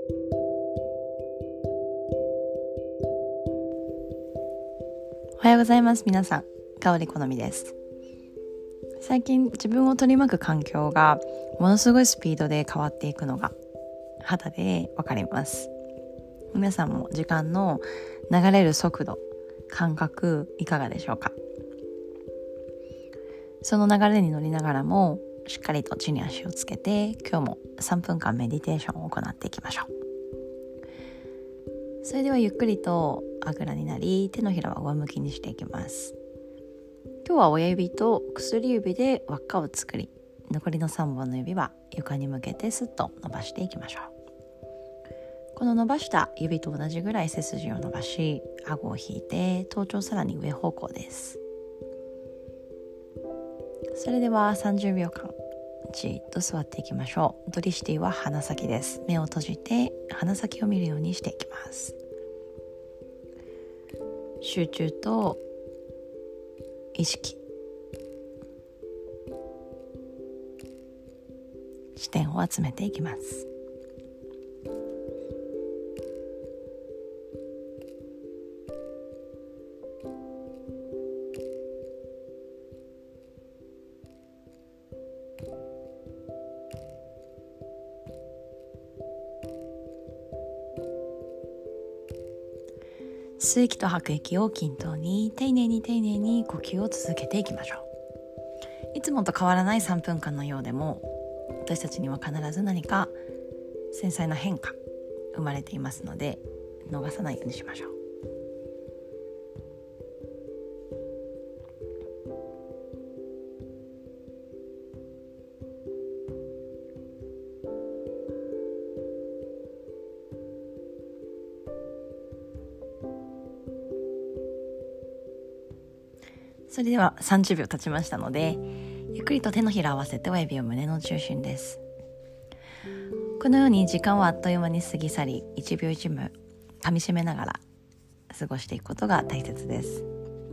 おはようございます。皆さん、香り好みです。最近自分を取り巻く環境がものすごいスピードで変わっていくのが肌でわかります。皆さんも時間の流れる速度、感覚いかがでしょうか？その流れに乗りながらもしっかりと地に足をつけて、今日も3分間メディテーションを行っていきましょう。それではゆっくりとあぐらになり、手のひらは上向きにしていきます。今日は親指と薬指で輪っかを作り、残りの3本の指は床に向けてスッと伸ばしていきましょう。この伸ばした指と同じぐらい背筋を伸ばし、顎を引いて頭頂さらに上方向です。それでは30秒間じっと座っていきましょう。ドリシティは鼻先です。目を閉じて鼻先を見るようにしていきます。集中と意識、視点を集めていきます。吸う息と吐く息を均等に丁寧に呼吸を続けていきましょう。いつもと変わらない3分間のようでも、私たちには必ず何か繊細な変化生まれていますので、逃さないようにしましょう。それでは30秒経ちましたので、ゆっくりと手のひらを合わせて親指を胸の中心です。このように時間はあっという間に過ぎ去り、1秒1秒噛み締めながら過ごしていくことが大切です。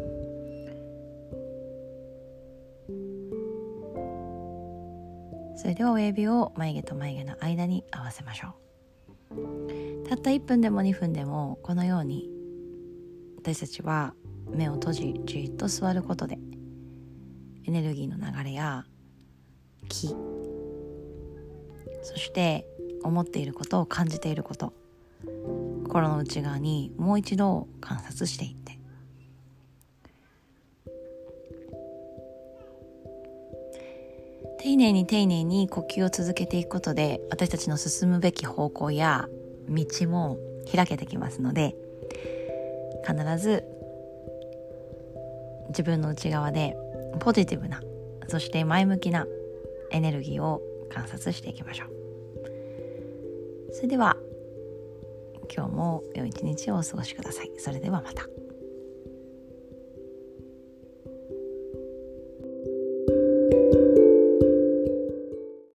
それでは親指を眉毛と眉毛の間に合わせましょう。たった1分でも2分でもこのように私たちは目を閉じじっと座ることで、エネルギーの流れや気、そして思っていることを感じていること、心の内側にもう一度観察していって、丁寧に呼吸を続けていくことで、私たちの進むべき方向や道も開けてきますので、必ず自分の内側でポジティブな、そして前向きなエネルギーを観察していきましょう。それでは今日も良い一日をお過ごしください。それではまた。